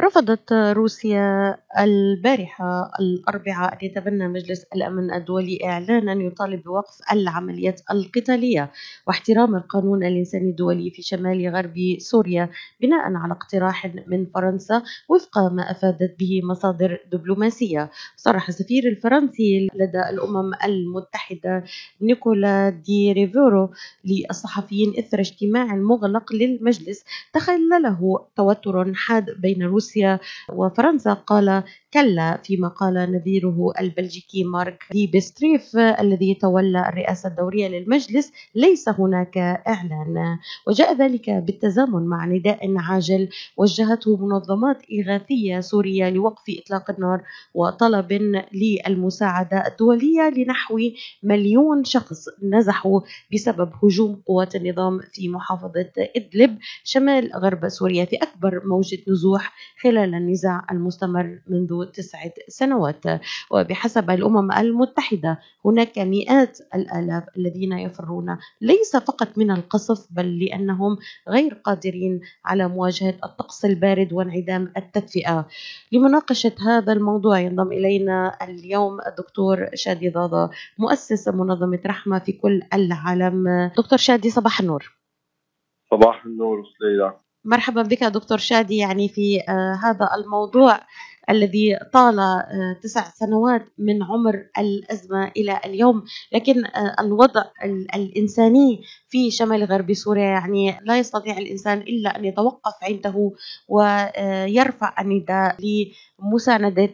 رفضت روسيا البارحة الأربعاء أن يتبنى مجلس الأمن الدولي إعلانا يطالب بوقف العمليات القتالية واحترام القانون الإنساني الدولي في شمال غرب سوريا بناء على اقتراح من فرنسا وفق ما أفادت به مصادر دبلوماسية. صرح السفير الفرنسي لدى الأمم المتحدة نيكولا دي ريفيرو للصحفيين إثر اجتماع مغلق للمجلس تخلله توتر حاد بين روسيا وفرنسا. قال كلا، فيما قال نظيره البلجيكي مارك دي بستريف الذي تولى الرئاسة الدورية للمجلس ليس هناك إعلان. وجاء ذلك بالتزامن مع نداء عاجل وجهته منظمات إغاثية سورية لوقف إطلاق النار وطلب للمساعدة الدولية لنحو 1,000,000 شخص نزحوا بسبب هجوم قوات النظام في محافظة إدلب شمال غرب سوريا في أكبر موجة نزوح خلال النزاع المستمر منذ 9 سنوات. وبحسب الأمم المتحدة هناك مئات الآلاف الذين يفرون ليس فقط من القصف بل لأنهم غير قادرين على مواجهة الطقس البارد وانعدام التدفئة. لمناقشة هذا الموضوع ينضم إلينا اليوم الدكتور شادي ضاضة مؤسس منظمة رحمة في كل العالم. دكتور شادي، صباح النور. صباح النور سليلة. مرحبا بك دكتور شادي. يعني في هذا الموضوع الذي طال 9 سنوات من عمر الأزمة إلى اليوم، لكن الوضع الإنساني في شمال غرب سوريا يعني لا يستطيع الإنسان إلا أن يتوقف عنده ويرفع النداء لمساندة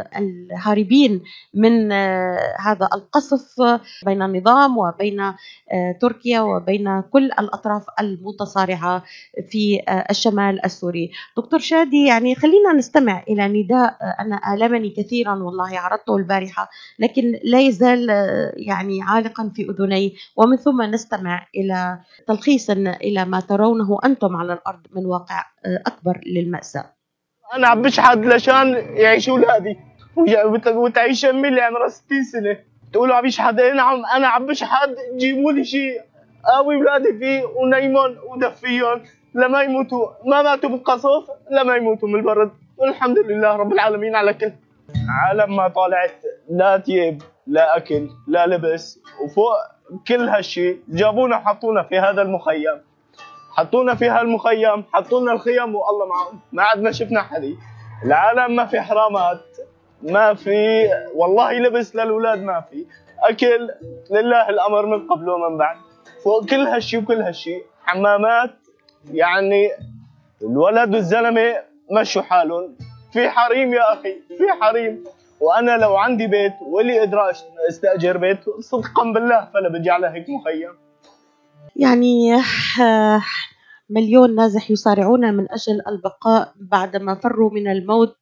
الهاربين من هذا القصف بين النظام وبين تركيا وبين كل الأطراف المتصارعة في الشمال السوري. دكتور شادي، يعني خلينا نستمع إلى نداء أنا آلمني كثيرا والله، عرضته البارحة لكن لا يزال يعني عالقا في أذني، ومن ثم نستمع إلى تلخيص إلى ما ترونه أنتم على الأرض من واقع أكبر للمأساة. أنا عم بشحد لشان يعيشوا أولادي وتعيش أمي اللي عمرها 60 سنة، تقولوا عم بشحد. نعم أنا عم بشحد، جيبوا لي شيء قوي أولادي فيه ونيمون ودفيهم لما يموتوا، ما ماتوا بالقصف لما يموتوا من البرد، والحمد لله رب العالمين على كل. عالم ما طالعت لا تياب لا أكل لا لبس، وفوق كل هالشيء جابونا وحطونا في هذا المخيم، حطونا في هالمخيم، حطونا الخيم والله معهم، ما عدنا شفنا حدا. العالم ما في حرامات، ما في والله لبس للأولاد، ما في أكل، لله الأمر من قبل ومن بعد. فوق كل هالشي وكل هالشي حمامات، يعني الولد والزلمة مشوا حالهم في حريم يا أخي، في حريم. وأنا لو عندي بيت ولي قدر استأجر بيت صدقا بالله فلا بجي على هيك مخيم. يعني 1,000,000 نازح يصارعون من أجل البقاء بعدما فروا من الموت،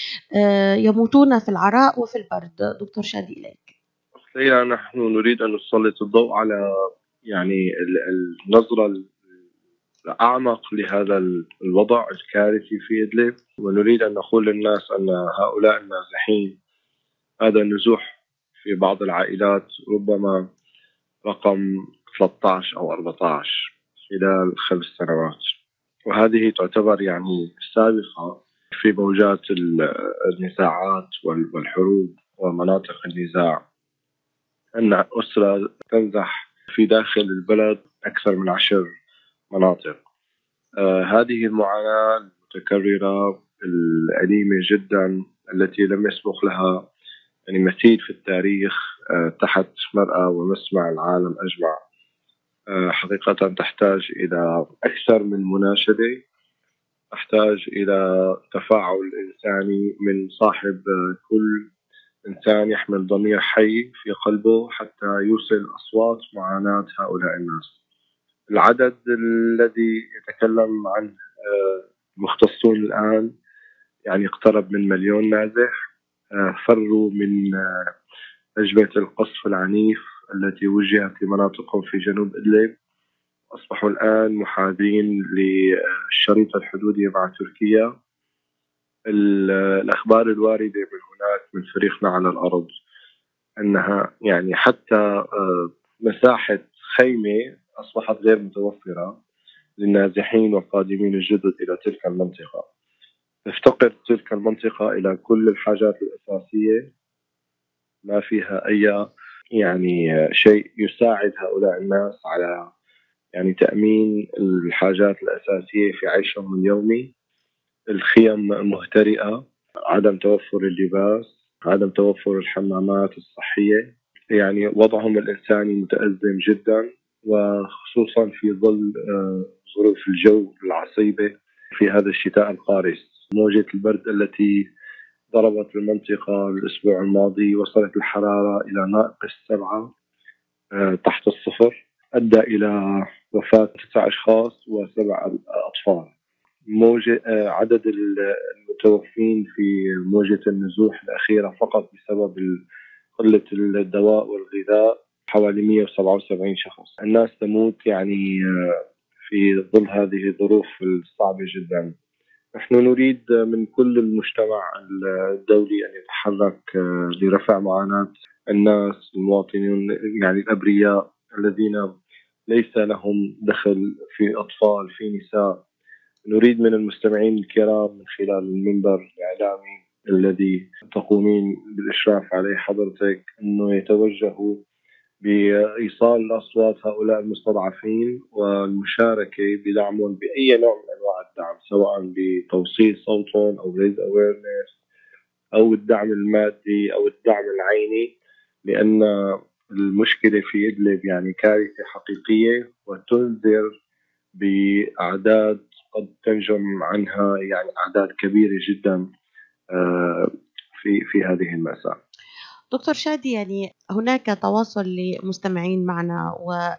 يموتون في العراء وفي البرد. دكتور شادي إليك. نحن نريد أن نسلط الضوء على يعني النظرة الأعمق لهذا الوضع الكارثي في إدلب، ونريد أن نقول للناس أن هؤلاء النازحين، هذا النزوح في بعض العائلات ربما رقم 13 أو 14 خلال 5 سنوات، وهذه تعتبر يعني سابقة في موجات النزاعات والحروب ومناطق النزاع، أن أسرة تنزح في داخل البلد أكثر من 10 مناطق. هذه المعاناة المتكررة الأليمة جدا التي لم يسبق لها يعني مثيل في التاريخ تحت مرأى ومسمع العالم أجمع، حقيقة تحتاج إلى أكثر من مناشدة، تحتاج إلى تفاعل إنساني من صاحب كل إنسان يحمل ضمير حي في قلبه حتى يوصل أصوات معاناة هؤلاء الناس. العدد الذي يتكلم عنه المختصون الآن يعني اقترب من 1,000,000 نازح، فروا من هجمة القصف العنيف التي وجهت في مناطقهم في جنوب إدلب، أصبحوا الآن محاذين للشريط الحدودي مع تركيا. الأخبار الواردة من هناك من فريقنا على الأرض أنها يعني حتى مساحة خيمة أصبحت غير متوفرة للنازحين والقادمين الجدد إلى تلك المنطقة. تفتقر تلك المنطقة إلى كل الحاجات الأساسية، ما فيها أي شيء يساعد هؤلاء الناس على تأمين الحاجات الأساسية في عيشهم اليومي. الخيم مهترئة، عدم توفر اللباس، عدم توفر الحمامات الصحية، وضعهم الإنساني متأزم جدا، وخصوصا في ظل ظروف الجو العصيبة في هذا الشتاء القارس. موجة البرد التي ضربت المنطقة الأسبوع الماضي وصلت الحرارة إلى -7 تحت الصفر، أدى إلى وفاة 9 أشخاص و7 أطفال. عدد المتوفين في موجة النزوح الأخيرة فقط بسبب قلة الدواء والغذاء حوالي 177 شخص. الناس تموت في ظل هذه الظروف الصعبة جدا. نحن نريد من كل المجتمع الدولي أن يتحرك لرفع معاناة الناس المواطنين الأبرياء الذين ليس لهم دخل، في أطفال، في نساء. نريد من المستمعين الكرام من خلال المنبر الإعلامي الذي تقومين بالإشراف عليه حضرتك أنه يتوجهوا بإيصال الأصوات هؤلاء المستضعفين والمشاركة بدعمهم بأي نوع من أنواع الدعم، سواء بتوصيل صوتهم أو raise awareness أو الدعم المادي أو الدعم العيني، لأن المشكلة في إدلب كارثة حقيقية وتنذر بأعداد قد تنجم عنها أعداد كبيرة جدا في هذه المأساة. دكتور شادي، هناك تواصل لمستمعين معنا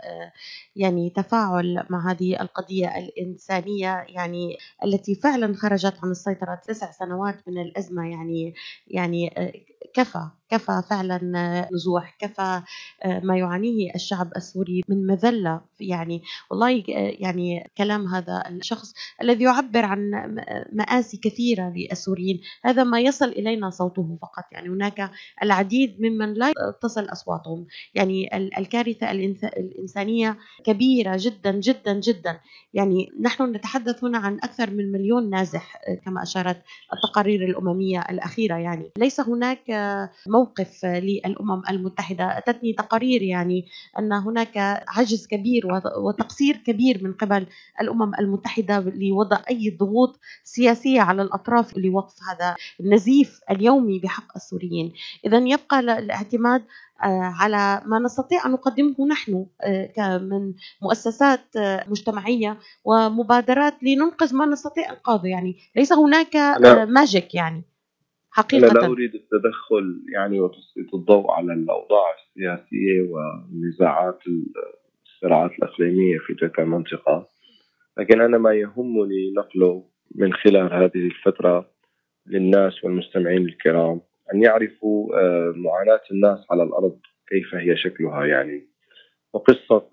تفاعل مع هذه القضية الإنسانية التي فعلا خرجت عن السيطرة. 9 سنوات من الأزمة كفى فعلا نزوح، كفى ما يعانيه الشعب السوري من مذلة. والله كلام هذا الشخص الذي يعبر عن مآسي كثيرة للسوريين، هذا ما يصل إلينا صوته فقط. هناك العديد ممن لا تصل أصواتهم. الكارثة الإنسانية كبيرة جدا جدا جدا. نحن نتحدث هنا عن أكثر من 1,000,000 نازح كما أشارت التقارير الأممية الأخيرة. ليس هناك موقف للأمم المتحدة. أتتني تقارير أن هناك عجز كبير وتقصير كبير من قبل الأمم المتحدة لوضع أي ضغوط سياسية على الأطراف لوقف هذا النزيف اليومي بحق السوريين. إذن يبقى الاعتماد على ما نستطيع أن نقدمه نحن من مؤسسات مجتمعية ومبادرات لننقذ ما نستطيع إنقاذه. ليس هناك ماجيك حقيقة. أنا لا أريد التدخل وتسليط الضوء على الأوضاع السياسية والنزاعات الصراعات الإقليمية في تلك المنطقة، لكن أنا ما يهمني نقله من خلال هذه الفترة للناس والمستمعين الكرام أن يعرفوا معاناة الناس على الأرض كيف هي شكلها. وقصة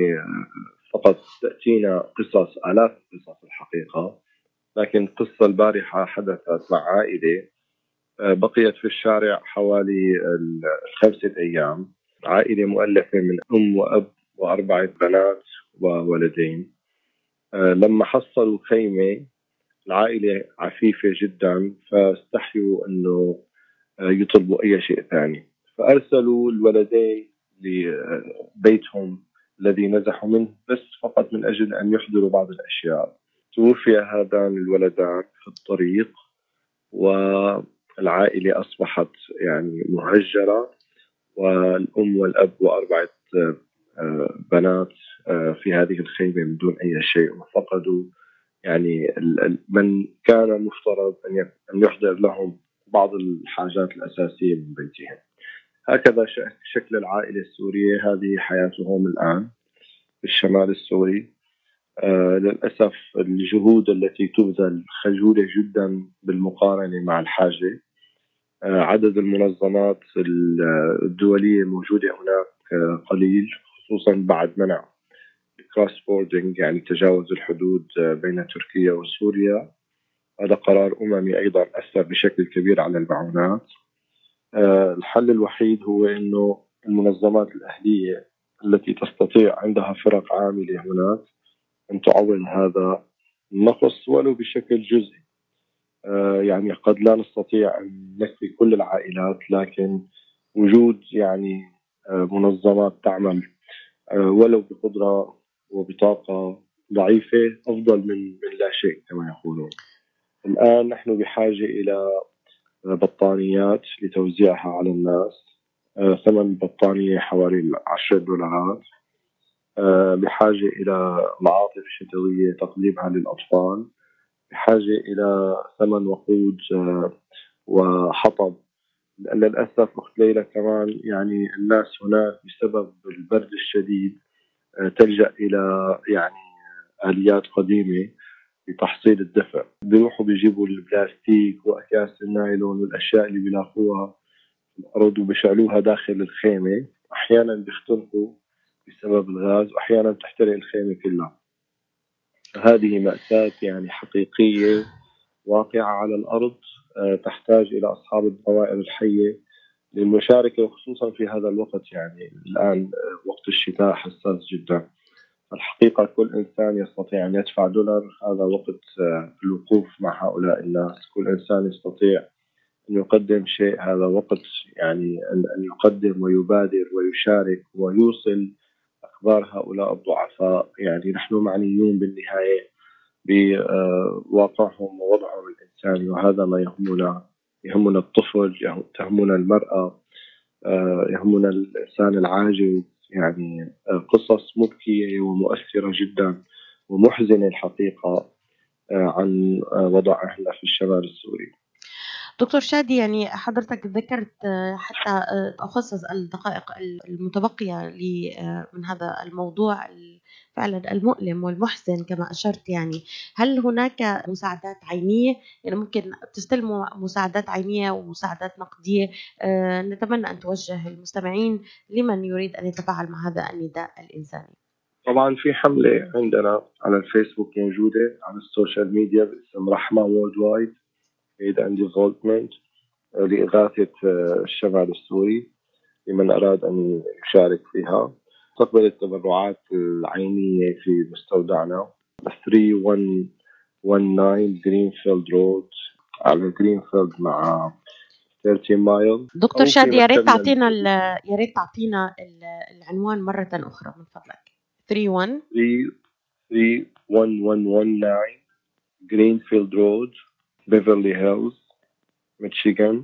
فقط تأتينا قصص، آلاف القصص الحقيقة، لكن قصة البارحة حدثت مع عائلة بقيت في الشارع حوالي 5 أيام. عائلة مؤلفة من أم وأب و4 بنات وولدين. لما حصلوا خيمة، العائلة عفيفة جدا، فاستحيوا أنه يطلبوا أي شيء ثاني، فأرسلوا الولدين لبيتهم الذي نزحوا منه بس فقط من أجل أن يحضروا بعض الأشياء. توفي هذان الولدان في الطريق، والعائلة أصبحت مهجرة، والأم والأب و4 بنات في هذه الخيمة من دون أي شيء، وفقدوا من كان مفترض أن يحضر لهم بعض الحاجات الأساسية من بيتهم. هكذا شكل العائلة السورية، هذه حياتهم الآن في الشمال السوري. للأسف الجهود التي تبذل خجولة جدا بالمقارنة مع الحاجة. عدد المنظمات الدولية الموجودة هناك قليل، خصوصا بعد منع كروس بوردينج، تجاوز الحدود بين تركيا وسوريا. هذا قرار أممي أيضا أثر بشكل كبير على المعونات. الحل الوحيد هو أنه المنظمات الأهلية التي تستطيع، عندها فرق عاملة هناك، أن تعوض هذا النقص ولو بشكل جزئي. يعني قد لا نستطيع أن نكفي كل العائلات، لكن وجود يعني منظمات تعمل ولو بقدرة وبطاقة ضعيفة أفضل من لا شيء كما يقولون. الآن نحن بحاجة إلى بطانيات لتوزيعها على الناس. ثمن البطانية حوالي $10. بحاجة إلى معاطف شتوية تقديمها للأطفال، بحاجة إلى ثمن وقود وحطب. للأسف أخت ليلى كمان يعني الناس هناك بسبب البرد الشديد تلجأ إلى يعني آليات قديمة لتحصيل الدفء. بيروحوا بيجيبوا البلاستيك وأكياس النايلون والأشياء اللي بيلاقوها في الأرض وبيشعلوها داخل الخيمة. أحيانا بيختنقوا بسبب الغاز وأحيانا تحترق الخيمة كلها. هذه مأساة يعني حقيقية واقعة على الأرض، تحتاج إلى أصحاب الضمائر الحية للمشاركة، وخصوصا في هذا الوقت يعني الآن وقت الشتاء حساس جدا. الحقيقة كل إنسان يستطيع أن يدفع $1. هذا وقت الوقوف مع هؤلاء الناس. كل إنسان يستطيع أن يقدم شيء. هذا وقت يعني أن يقدم ويبادر ويشارك ويوصل أخبار هؤلاء الضعفاء. يعني نحن معنيون بالنهاية بواقعهم ووضعهم الإنساني، وهذا ما يهمنا. يهمنا الطفل، تهمنا المرأة، يهمنا الإنسان العاجز. يعني قصص مبكية ومؤثرة جدا ومحزنة الحقيقة عن وضع أهلنا في الشمال السوري. دكتور شادي، يعني حضرتك ذكرت حتى أخصص الدقائق المتبقية من هذا الموضوع فعلا المؤلم والمحزن كما أشرت. يعني هل هناك مساعدات عينية؟ يعني ممكن تستلموا مساعدات عينية ومساعدات نقدية؟ نتمنى أن توجه المستمعين لمن يريد أن يتفاعل مع هذا النداء الإنساني. طبعا في حملة عندنا على الفيسبوك موجودة، على السوشيال ميديا باسم رحمة وورلد وايد ايد اند ديفلوبمنت لإغاثة الشمال السوري لمن أراد أن يشارك فيها. تقبل التبرعات العينية في مستودعنا 3119 جرينفيلد رود على جرينفيلد مع 13 مايل. دكتور شادي، يا ريت تعطينا العنوان مرة أخرى من فضلك. 31119 جرينفيلد رود، بيفرلي هيلز، ميشيغان.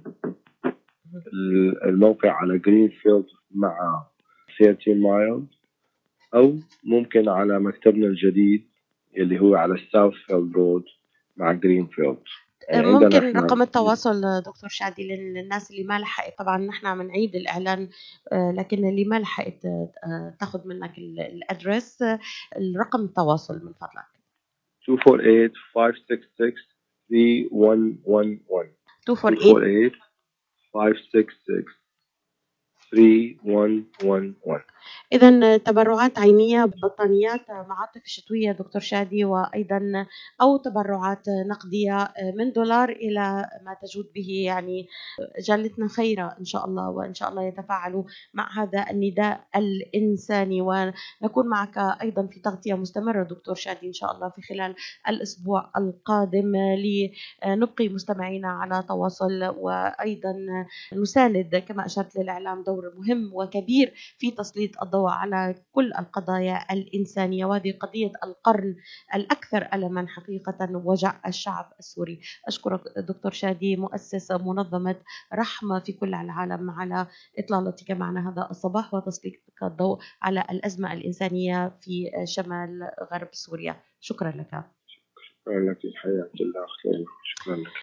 الموقع على جرينفيلد مع 13 مايل، أو ممكن على مكتبنا الجديد اللي هو على الساوثفيلد رود مع جرينفيلد. ممكن رقم التواصل دكتور شادي للناس اللي ما لحقت؟ طبعا نحن من عيد الإعلان، لكن اللي ما لحقت تاخذ منك الأدرس، الرقم التواصل من فضلك. 248 566 3111 248 566 3111. إذا تبرعات عينية، بطانيات، معاطف شتوية دكتور شادي، وأيضا أو تبرعات نقدية من $1 إلى ما تجود به. يعني جالتنا خيرة إن شاء الله، وإن شاء الله يتفاعلوا مع هذا النداء الإنساني، ونكون معك أيضا في تغطية مستمرة دكتور شادي إن شاء الله في خلال الأسبوع القادم، لنبقي مستمعينا على تواصل، وأيضا نساند كما أشرت للإعلام دور مهم وكبير في تسليط الضوء على كل القضايا الإنسانية، وهذه قضية القرن الأكثر ألما حقيقة وجع الشعب السوري. أشكرك دكتور شادي، مؤسس منظمة رحمة في كل العالم، على إطلالتك معنا هذا الصباح وتسليط الضوء على الأزمة الإنسانية في شمال غرب سوريا. شكرا لك. شكرا لك، حياك الله. شكرا لك.